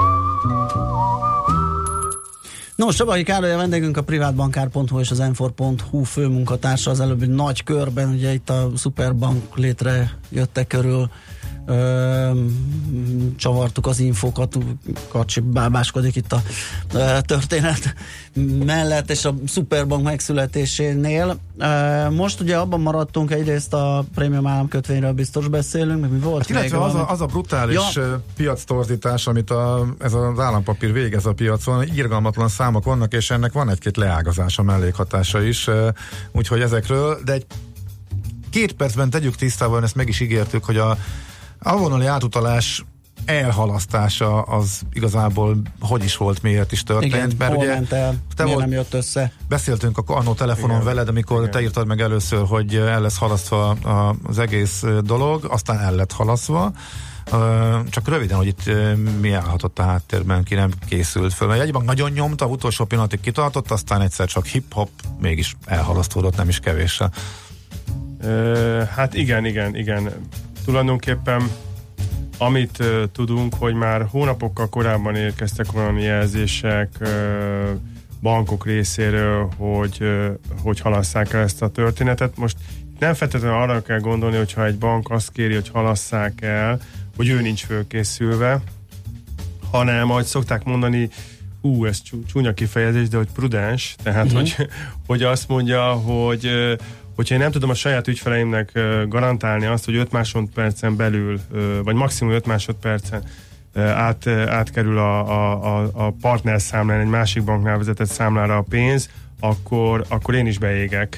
Nos, Csabai Károly a vendégünk, a privátbankár pont hu és az em négy pont hu főmunkatársa az előbbi nagy körben, ugye itt a Superbank létrejöttek körül, ö, csavartuk az infókat, Kacsi bábáskodik itt a ö, történet mellett, és a Superbank megszületésénél. Ö, most ugye abban maradtunk, egyrészt a prémium államkötvényről biztos beszélünk, meg mi volt hát illetve az a, az a brutális ja. piactorzítás, amit a, ez az állampapír végez a piacon, irgalmatlan számok vannak, és ennek van egy-két leágazása, mellékhatása is, úgyhogy ezekről, de egy két percben tegyük tisztában, ezt meg is ígértük, hogy a A vonali átutalás elhalasztása az igazából hogy is volt, miért is történt. Igen, mert hol ugye ment el, te miért volt, nem jött össze. Beszéltünk a annó telefonon igen. veled, amikor igen. te írtad meg először, hogy el lesz halasztva a, az egész dolog, aztán el lett halasztva. Csak röviden, hogy itt mi állhatott a háttérben, ki nem készült föl. Mert egyben nagyon nyomta, utolsó pillanatig kitartott, aztán egyszer csak hip-hop, mégis elhalasztódott, nem is kevéssel. Ö, hát igen, igen, igen. Tulajdonképpen amit uh, tudunk, hogy már hónapokkal korábban érkeztek olyan jelzések uh, bankok részéről, hogy, uh, hogy halasszák el ezt a történetet. Most nem feltétlenül arra kell gondolni, hogyha egy bank azt kéri, hogy halasszák el, hogy ő nincs fölkészülve, hanem, ahogy szokták mondani, ú, ez csúnya kifejezés, de hogy prudens, tehát uh-huh. hogy, hogy azt mondja, hogy uh, hogyha én nem tudom a saját ügyfeleimnek garantálni azt, hogy öt másodpercen belül, vagy maximum öt másodpercen át, átkerül a, a, a partner számlán, egy másik banknál vezetett számlára a pénz, akkor, akkor én is beégek.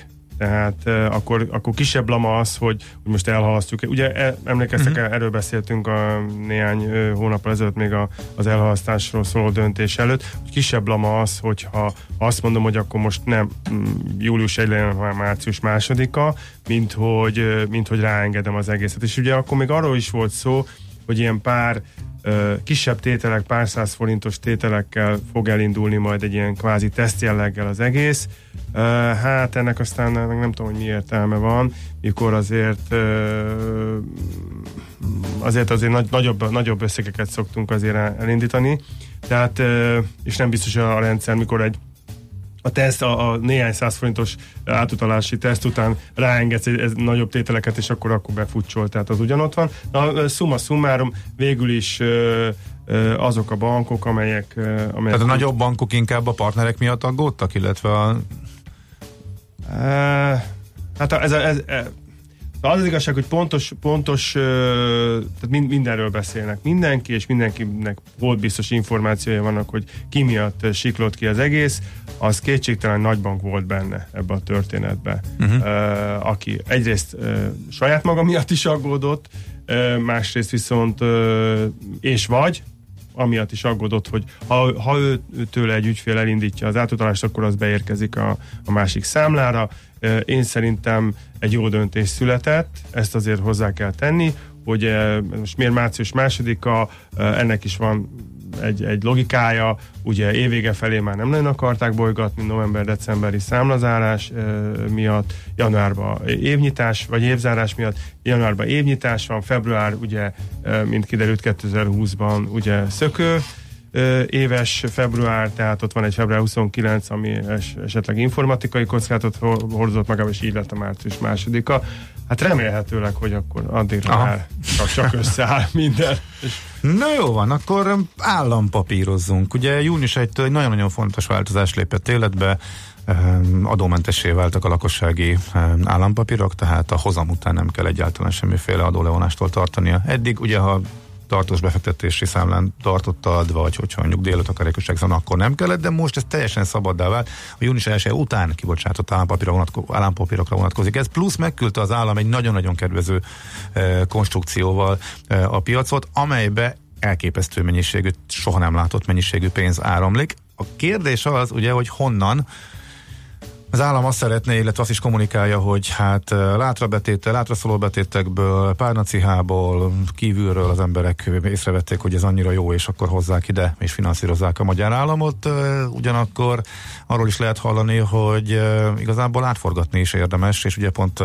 Tehát uh, akkor, akkor kisebb lama az, hogy, hogy most elhalasztjuk. Ugye e, emlékeztek, uh-huh. erről beszéltünk a néhány uh, hónappal ezelőtt még a, az elhalasztásról szóló döntés előtt, hogy kisebb lama az, hogyha azt mondom, hogy akkor most nem mm, július elsején, hanem március másodika, mint hogy, uh, mint hogy ráengedem az egészet. És ugye akkor még arról is volt szó, hogy ilyen pár uh, kisebb tételek, pár száz forintos tételekkel fog elindulni majd egy ilyen kvázi tesztjelleggel az egész. Uh, hát ennek aztán nem tudom, hogy mi értelme van, mikor azért uh, azért azért nagy, nagyobb, nagyobb összegeket szoktunk azért elindítani. Tehát, uh, és nem biztos a rendszer, mikor egy a teszt, a, a néhány száz forintos átutalási teszt után ráengedsz egy, egy nagyobb tételeket, és akkor akkor befutcsol, tehát az ugyanott van. Na, summa summarum, végül is ö, ö, azok a bankok, amelyek... Ö, amelyek tehát a nagyobb bankok inkább a partnerek miatt aggódtak, illetve a... E, hát ez, ez, ez az az igazság, hogy pontos, pontos tehát mind, mindenről beszélnek mindenki, és mindenkinek volt biztos információja vannak, hogy ki miatt siklott ki az egész, az kétségtelen nagybank volt benne ebbe a történetbe. Uh-huh. Uh, aki egyrészt uh, saját maga miatt is aggódott, uh, másrészt viszont uh, és vagy, amiatt is aggódott, hogy ha, ha ő, tőle egy ügyfél elindítja az átutalást, akkor az beérkezik a, a másik számlára. Én szerintem egy jó döntés született, ezt azért hozzá kell tenni, hogy most miért március másodika, ennek is van egy, egy logikája, ugye évvége felé már nem nagyon akarták bolygatni, november-decemberi számlazárás e, miatt, januárban évnyitás, vagy évzárás miatt, januárban évnyitás van, február ugye, e, mint kiderült kétezer-húszban ugye szökő, éves február, tehát ott van egy február huszonkilenc, ami es, esetleg informatikai kockázatot hordozott magába, és így lett a március másodika. Hát remélhetőleg, hogy akkor addigra már csak, csak összeáll minden. Na jó van, akkor állampapírozzunk. Ugye június elsejétől egy nagyon-nagyon fontos változás lépett életbe, adómentessé váltak a lakossági állampapírok, tehát a hozam után nem kell egyáltalán semmiféle adólevonástól tartania. Eddig ugye, ha tartós befektetési számlán tartottad, vagy hogyha nyugdíjat akar elkösségszön, akkor nem kellett, de most ez teljesen szabaddá vált. A június elseje után kibocsátott állampapírokra, vonatko- állampapírokra vonatkozik ez, plusz megküldte az állam egy nagyon-nagyon kedvező eh, konstrukcióval eh, a piacot, amelybe elképesztő mennyiségű, soha nem látott mennyiségű pénz áramlik. A kérdés az, ugye, hogy honnan. Az állam azt szeretné, illetve azt is kommunikálja, hogy hát látrabetétel, látraszóló betétekből, párnacihából, kívülről az emberek észrevették, hogy ez annyira jó, és akkor hozzák ide, és finanszírozzák a magyar államot. Ugyanakkor arról is lehet hallani, hogy igazából átforgatni is érdemes, és ugye pont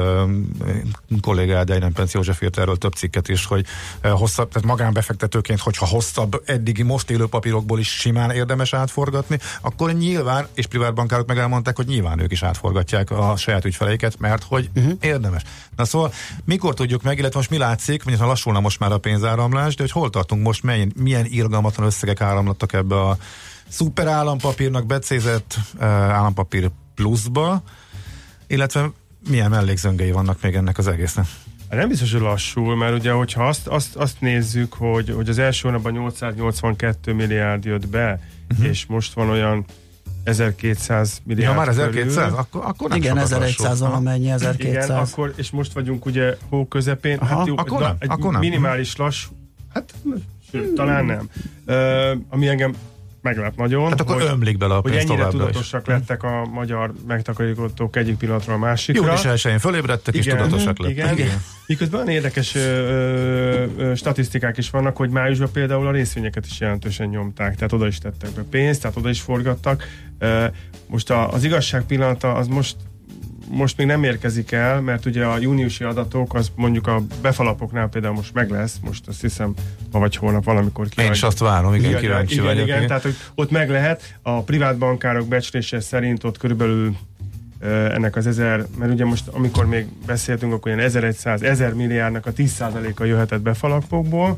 kollégád Ejnempenc József írt erről több cikket is, hogy hosszabb, tehát magánbefektetőként, hogyha hosszabb eddigi most élő papírokból is simán érdemes átforgatni, akkor nyilván, és privátbankárok meg elmondták, hogy nyilván ők is átforgatják a saját ügyfeleiket, mert hogy uh-huh. érdemes. Na szóval mikor tudjuk meg, illetve most mi látszik, mintha lassulna most már a pénzáramlás, de hogy hol tartunk most, milyen, milyen irgalmatlan összegek áramlattak ebbe a szuper állampapírnak becézett uh, állampapír pluszba, illetve milyen mellékzöngei vannak még ennek az egésznek? Nem biztos, hogy lassul, mert ugye, hogyha azt, azt, azt nézzük, hogy, hogy az első hónapban nyolcszáznyolcvankettő milliárd jött be, uh-huh. és most van olyan ezerkétszáz milliárd. Ja, már ezerkétszáz? Akkor, akkor nem igen, ezeregyszáz valamennyi, ezerkétszáz. Igen, akkor, és most vagyunk ugye hó közepén. Aha, hát jó, akkor na, nem, egy akkor nem. minimális lassú, hát sőt, talán nem. Uh, ami engem meglep nagyon. Hát akkor hogy, ömlik bele a pénz hogy ennyire tudatosak is. lettek a magyar megtakarítók egyik pillanatról a másikra. Június elsején fölébredtek, igen, és tudatosak lettek. Igen, igen. Miközben olyan érdekes ö, ö, ö, statisztikák is vannak, hogy májusban például a részvényeket is jelentősen nyomták, tehát oda is tettek be pénzt, tehát oda is forgattak. Most a, az igazság pillanata az most most még nem érkezik el, mert ugye a júniusi adatok, az mondjuk a befalapoknál például most meg lesz, most azt hiszem ma vagy holnap valamikor kiadja. Én is azt várom, igen, igen kíváncsi igen, vagyok. Igen, igen, tehát hogy ott meg lehet, a privát bankárok becslése szerint ott körülbelül uh, ennek az ezer, mert ugye most amikor még beszéltünk, akkor ilyen ezerszáz, ezer milliárdnak a tíz százaléka jöhetett befalapokból.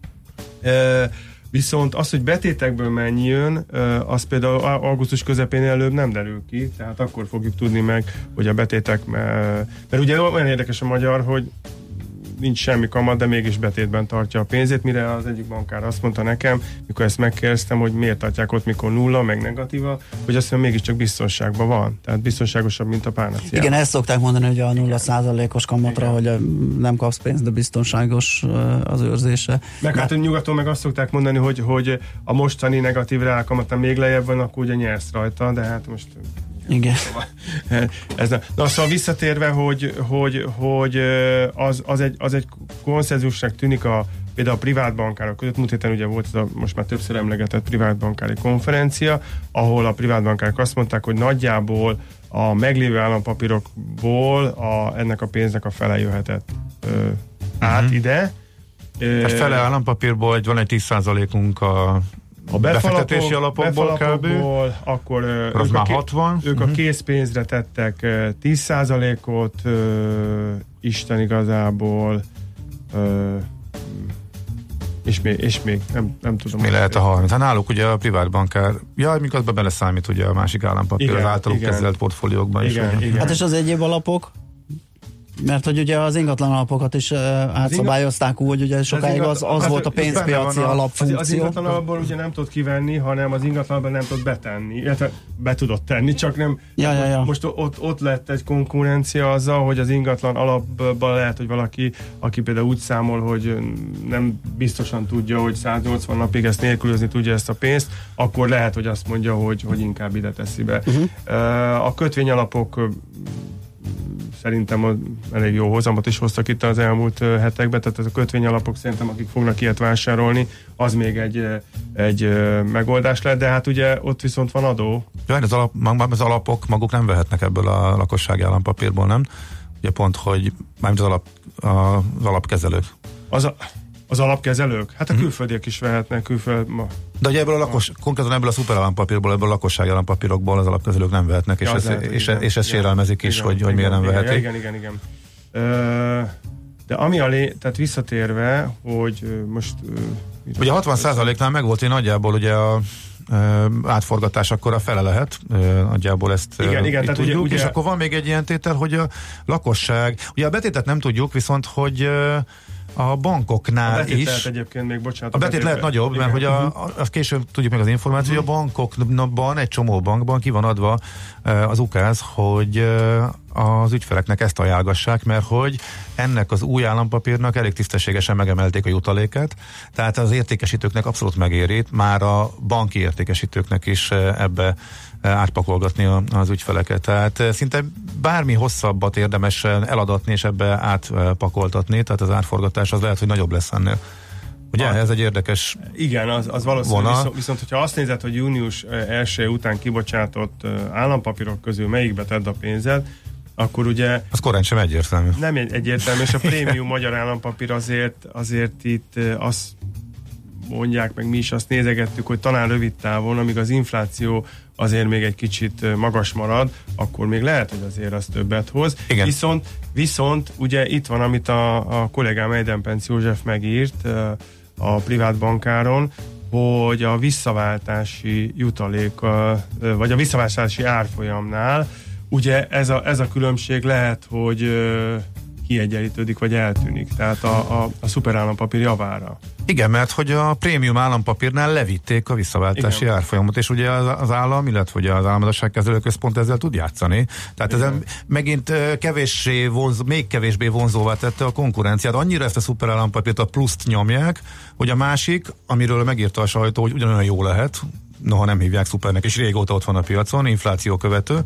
Uh, Viszont az, hogy betétekből mennyi jön, az például augusztus közepén előbb nem derül ki, tehát akkor fogjuk tudni meg, hogy a betétek, mert, mert ugye olyan érdekes a magyar, hogy nincs semmi kamat, de mégis betétben tartja a pénzét, mire az egyik bankár azt mondta nekem, mikor ezt megkérdeztem, hogy miért tartják ott, mikor nulla, meg negatíva, hogy azt mondja, mégiscsak biztonságban van. Tehát biztonságosabb, mint a pánacea. Igen, ezt szokták mondani, hogy a nulla százalékos kamatra, igen, hogy nem kapsz pénzt, de biztonságos az őrzése. Meg de... hát nyugaton meg azt szokták mondani, hogy, hogy a mostani negatív reálkamata még lejjebb van, akkor ugye nyersz rajta, de hát most... Igen. Ez nem. Na szóval visszatérve, hogy, hogy, hogy az, az, egy, az egy konszenzusnak tűnik a, például a privátbankárok között. Múlt héten ugye volt ez a most már többször emlegetett privátbankári konferencia, ahol a privátbankárok azt mondták, hogy nagyjából a meglévő állampapírokból a, ennek a pénznek a fele jöhetett ö, át uh-huh. ide. Hát fele állampapírból egy, van egy tíz százalékunk a a befektetési alapokból kb. Akkor az ők, már a, hatvan. Ők uh-huh. a készpénzre tettek tíz százalékot, uh, Isten igazából uh, és még, és még nem, nem tudom. Mi lehet a harminc? Hát náluk ugye a privátbankár, ja, mikor azban beleszámít ugye a másik állampapír, igen, az általuk igen. kezelt portfóliókban igen, is. Igen. Hát és az egyéb alapok? Mert hogy ugye az ingatlan alapokat is uh, átszabályozták úgy, ugye sokáig az, az, az volt a pénzpiaci alapfunkció. Az, az ingatlan alapból ugye nem tudod kivenni, hanem az ingatlanban nem tudod betenni, illetve be tudod tenni, csak nem. Ja, ja, ja. Most ott, ott lett egy konkurencia azzal, hogy az ingatlan alapban lehet, hogy valaki, aki például úgy számol, hogy nem biztosan tudja, hogy száznyolcvan napig ezt nélkülözni tudja ezt a pénzt, akkor lehet, hogy azt mondja, hogy, hogy inkább ide teszi be. Uh-huh. A kötvényalapok szerintem elég jó hozamot is hoztak itt az elmúlt hetekben, tehát a kötvényalapok szerintem, akik fognak ilyet vásárolni, az még egy, egy megoldás lehet, de hát ugye ott viszont van adó. Ja, az, alap, az alapok maguk nem vehetnek ebből a lakossági állampapírból, nem? Ugye pont, hogy mármint az, alap, az alapkezelők. Az a, az alapkezelők? Hát a hmm. külföldiek is vehetnek külföld... Ma. De ugye ebből a lakos, konkrétan ebből a szuperállampapírból, ebből a lakossági állampapírokból az alapkezelők nem vehetnek, ja, és, ez, lehet, és, igen, és ezt sérelmezik is, igen, hogy, igen, hogy miért nem igen, vehetik. Igen, igen, igen. Ö, de ami a lé, tehát visszatérve, hogy most... Ugye a hatvan százaléknál meg volt, hogy nagyjából ugye a átforgatás akkor a fele lehet, nagyjából ezt igen, igen, tehát tudjuk, ugye, és ugye... akkor van még egy ilyen tétel, hogy a lakosság, ugye a betétet nem tudjuk, viszont hogy a bankoknál a betét is. Lehet egyébként még, bocsánat. A betét, betét lehet nagyobb, igen. Mert hogy a, a, azt később tudjuk meg az információ, hogy a bankokban, egy csomó bankban ki van adva az ukáz, hogy az ügyfeleknek ezt ajánlgassák, mert hogy ennek az új állampapírnak elég tisztességesen megemelték a jutalékát, tehát az értékesítőknek abszolút megéri, már a banki értékesítőknek is ebbe átpakolgatni az ügyfeleket. Tehát szinte bármi hosszabbat érdemes eladatni és ebbe átpakoltatni, tehát az átforgatás az lehet, hogy nagyobb lesz ennél. Ugye, ez egy érdekes igen, az, az valószínű, viszont, viszont hogyha azt nézed, hogy június első után kibocsátott állampapírok közül melyikbe tedd a pénzed, akkor ugye... Az korán sem egyértelmű. Nem egyértelmű, és a prémium magyar állampapír azért, azért itt azt mondják, meg mi is azt nézegettük, hogy talán rövid távon, amíg az infláció azért még egy kicsit magas marad, akkor még lehet, hogy azért az többet hoz. Igen. Viszont, viszont ugye itt van, amit a, a kollégám Eidenpenz József megírt a privát bankáron, hogy a visszaváltási jutalék, vagy a visszaváltási árfolyamnál ugye ez a, ez a különbség lehet, hogy kiegyenlítődik, vagy eltűnik. Tehát a, a, a szuperállampapír javára. Igen, mert hogy a prémium állampapírnál levitték a visszaváltási igen. árfolyamot, és ugye az, az állam, illetve ugye az államadosságkezelő központ ezzel tud játszani. Tehát igen. ezen megint kevéssé vonz, még kevésbé vonzóvá tette a konkurenciát. Annyira ezt a szuperállampapírt a pluszt nyomják, hogy a másik, amiről megírta a sajtó, hogy ugyanolyan jó lehet, noha nem hívják szupernek, és régóta ott van a piacon, infláció követő,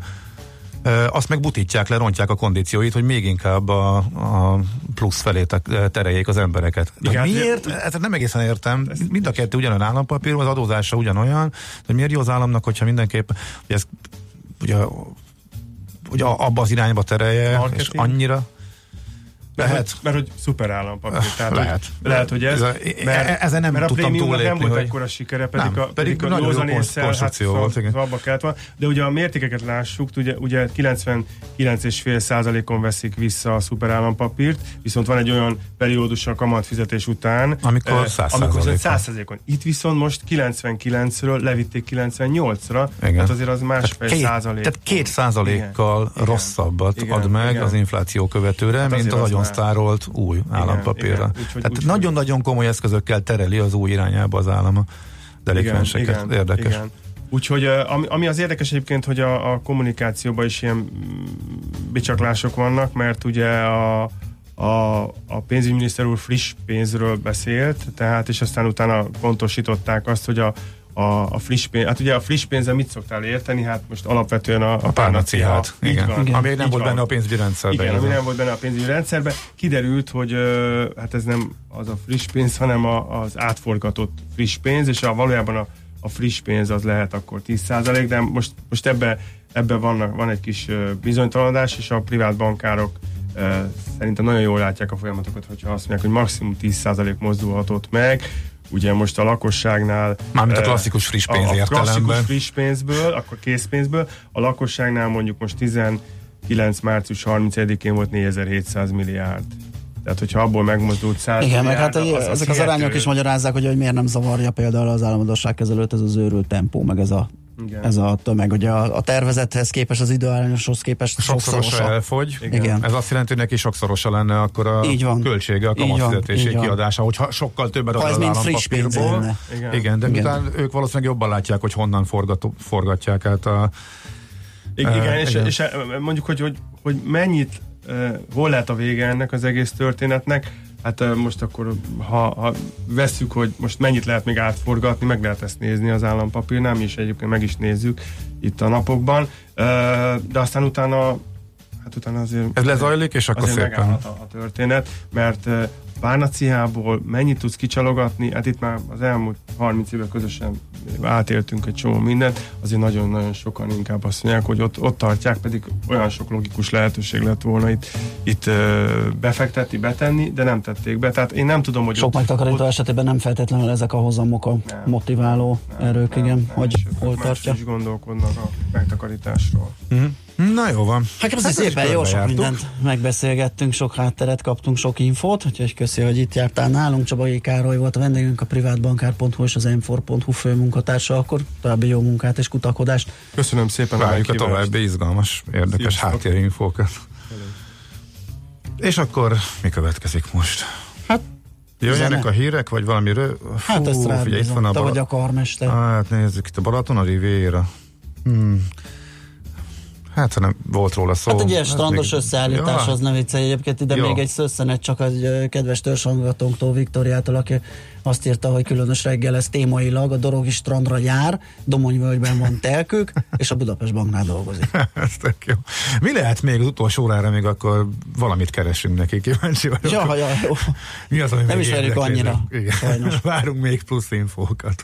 azt meg butítják le, rontják a kondícióit, hogy még inkább a, a plusz felé tereljék az embereket. De igen, miért? Ezt nem egészen értem. Mind a kettő ugyanolyan állampapír, az adózása ugyanolyan, de miért jó az államnak, hogyha mindenképp hogy ez, ugye, ugye abba az irányba terelje, marketing. És annyira Lehet. Mert, mert hogy szuper állampapír. Tehát, lehet. Hogy, lehet, hogy ez, mert, ezen nem mert a prémiumnak nem volt hogy... ekkora sikere, pedig nem, a, pedig pedig a józan ésszel hát abba kellett van. De ugye a mértékeket lássuk, ugye, ugye kilencvenkilenc egész öt százalékon veszik vissza a szuper állampapírt, viszont van egy olyan periódus a kamatfizetés után, amikor száz százalékon. Itt viszont most kilencvenkilencről levitték kilencvennyolcra, tehát azért az másfél százalék. Tehát két százalékkal rosszabbat igen, ad meg igen. az infláció követőre, hát mint az bronztárolt új állampapírra. Igen, úgyhogy, Tehát úgy, nagyon-nagyon komoly eszközökkel tereli az új irányába az állam a delikvenseket. Igen, Érdekes. Igen. Úgyhogy ami, ami az érdekes egyébként, hogy a, a kommunikációban is ilyen bicsaklások vannak, mert ugye a, a, a pénzügyminiszter úr friss pénzről beszélt, tehát és aztán utána pontosították azt, hogy a, a, a friss pénz, hát ugye a friss pénzzel mit szoktál érteni? Hát most alapvetően a, a, A párnacihát, igen. Van, igen. Ami nem volt van. benne a pénzügyi rendszerben. Igen, ami nem volt benne a pénzügyi rendszerben. Kiderült, hogy uh, hát ez nem az a friss pénz, hanem a, az átforgatott friss pénz, és a, valójában a, a friss pénz az lehet akkor tíz százalék, de most, most ebbe, ebbe van, van egy kis uh, bizonytalanodás, és a privát bankárok uh, szerintem nagyon jól látják a folyamatokat, hogyha azt mondják, hogy maximum tíz százalék mozdulhatott meg. Ugye most a lakosságnál... Mármint a klasszikus friss pénz a, a értelemben. klasszikus friss pénzből, akkor készpénzből. A lakosságnál mondjuk most tizenkilenc március harmincadikén volt négyezer-hétszáz milliárd. Tehát, hogyha abból megmozdult száz Igen, meg milliárd, hát az, az ezek az arányok hihető. is magyarázzák, hogy, hogy miért nem zavarja például az államadósságkezelőt ez az őrült tempó, meg ez a, ez a tömeg. Ugye a, a tervezethez képest, az időálláshoz képest Sokszorosa sokszorosa. elfogy. Igen. Igen. Ez azt jelenti, hogy neki sokszorosa lenne akkor a Így van. költsége, a Így van, kamatfizetési így van. kiadása, hogyha sokkal többet ad Ha ez az mind friss pénz állampapírból. lenne. Igen. Igen, de Igen. miután ők valószínűleg jobban látják, hogy honnan forgató, forgatják át a... Igen, Uh, és, igen. és mondjuk, hogy, hogy, hogy mennyit, uh, hol lehet a vége ennek az egész történetnek, hát uh, most akkor, ha, ha vesszük, hogy most mennyit lehet még átforgatni, meg lehet ezt nézni az állampapírnál, mi is egyébként meg is nézzük itt a napokban, uh, de aztán utána, hát utána azért... Ez lezajlik, és akkor azért szépen... megállhat a, a történet, mert uh, párnacihából mennyit tudsz kicsalogatni, hát itt már az elmúlt harminc évben közösen átéltünk egy csomó mindent, azért nagyon-nagyon sokan inkább azt mondják, hogy ott, ott tartják, pedig olyan sok logikus lehetőség lett volna itt, itt uh, befektetni, betenni, de nem tették be. Tehát én nem tudom, hogy Sok ott, megtakarító ott, esetében nem feltétlenül ezek a hozamok a Nem. motiváló nem, erők, nem, igen, nem, hogy és ők hol más tartja. is gondolkodnak a megtakarításról. Mhm. Na jó van. Hát köszi Hát szépen, is jó sok körbejártuk. mindent megbeszélgettünk, sok hátteret kaptunk, sok infót, úgyhogy köszi, hogy itt jártál nálunk. Csabai Károly volt a vendégünk, a privátbankár pont hu és az m four pont hu főmunkatársa, akkor további jó munkát és kutakodást. Köszönöm szépen Várjuk a meghívást. további izgalmas, érdekes Sziasztok. háttérinfókat. És akkor mi következik most? Hát, Jöjjenek zene. a hírek, vagy valamiről? hát ezt rád figyelj, itt van bízom. a Te vagy Bala- a karmester. Hát nézzük, itt a Balaton, a Riviera. Hmm. Hát, ha nem volt róla szó. Hát egy ilyen Ez strandos még- összeállítás, Ja, az nem viccelj. Egyébként ide Jó. még egy szösszenet, csak egy ö, kedves törzshallgatónktól, Viktoriától, aki azt írta, hogy különös reggel ez témailag, a Dorogi strandra jár, Domonyvölgyben van telkük, és a Budapest Banknál dolgozik. Ez tök jó. Mi lehet még az utolsó órára, még akkor valamit keresünk neki, kíváncsi vagyok. Ja, ja, jó. Mi az, ami Nem még ismerjük érdekli? annyira, Igen. sajnos. Várunk még plusz infókat.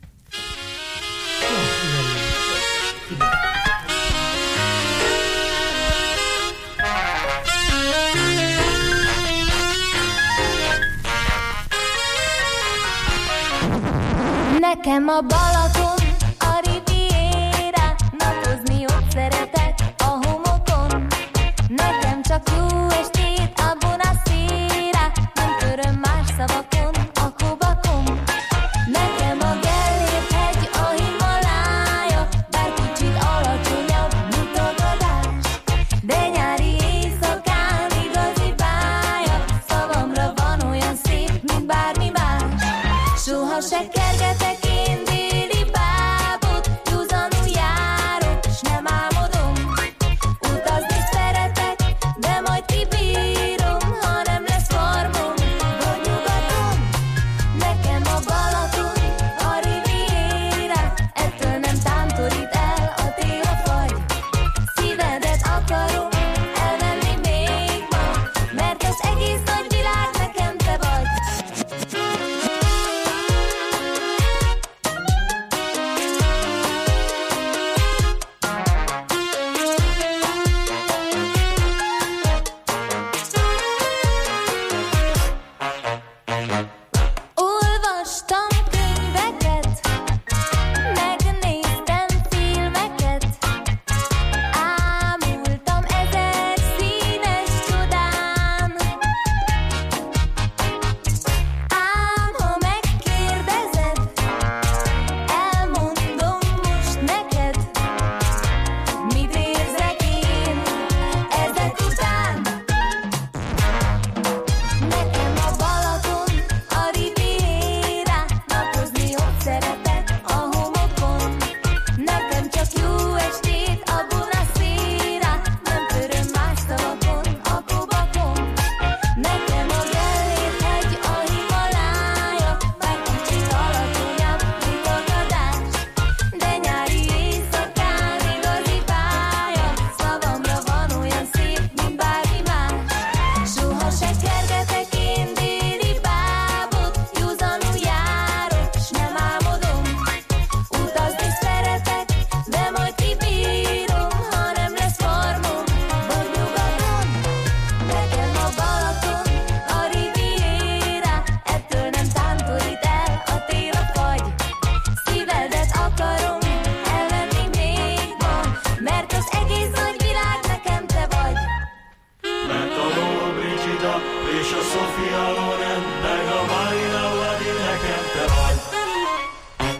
Nekem a Balaton, a Riviera, napozni ott szeretek a homokon. Nekem csak jó estét a Bonacera, nem töröm más szavakon a Kobakom. Nekem a Gellért-hegy, a Himalája, bár kicsit alacsonyabb, mint a Gadás. De nyári éjszakán igazi pálya, szavamra van olyan szép, mint bármi más. Soha se kergetek én déli bár.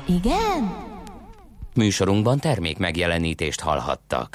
Igen? Műsorunkban termék megjelenítést hallhattak.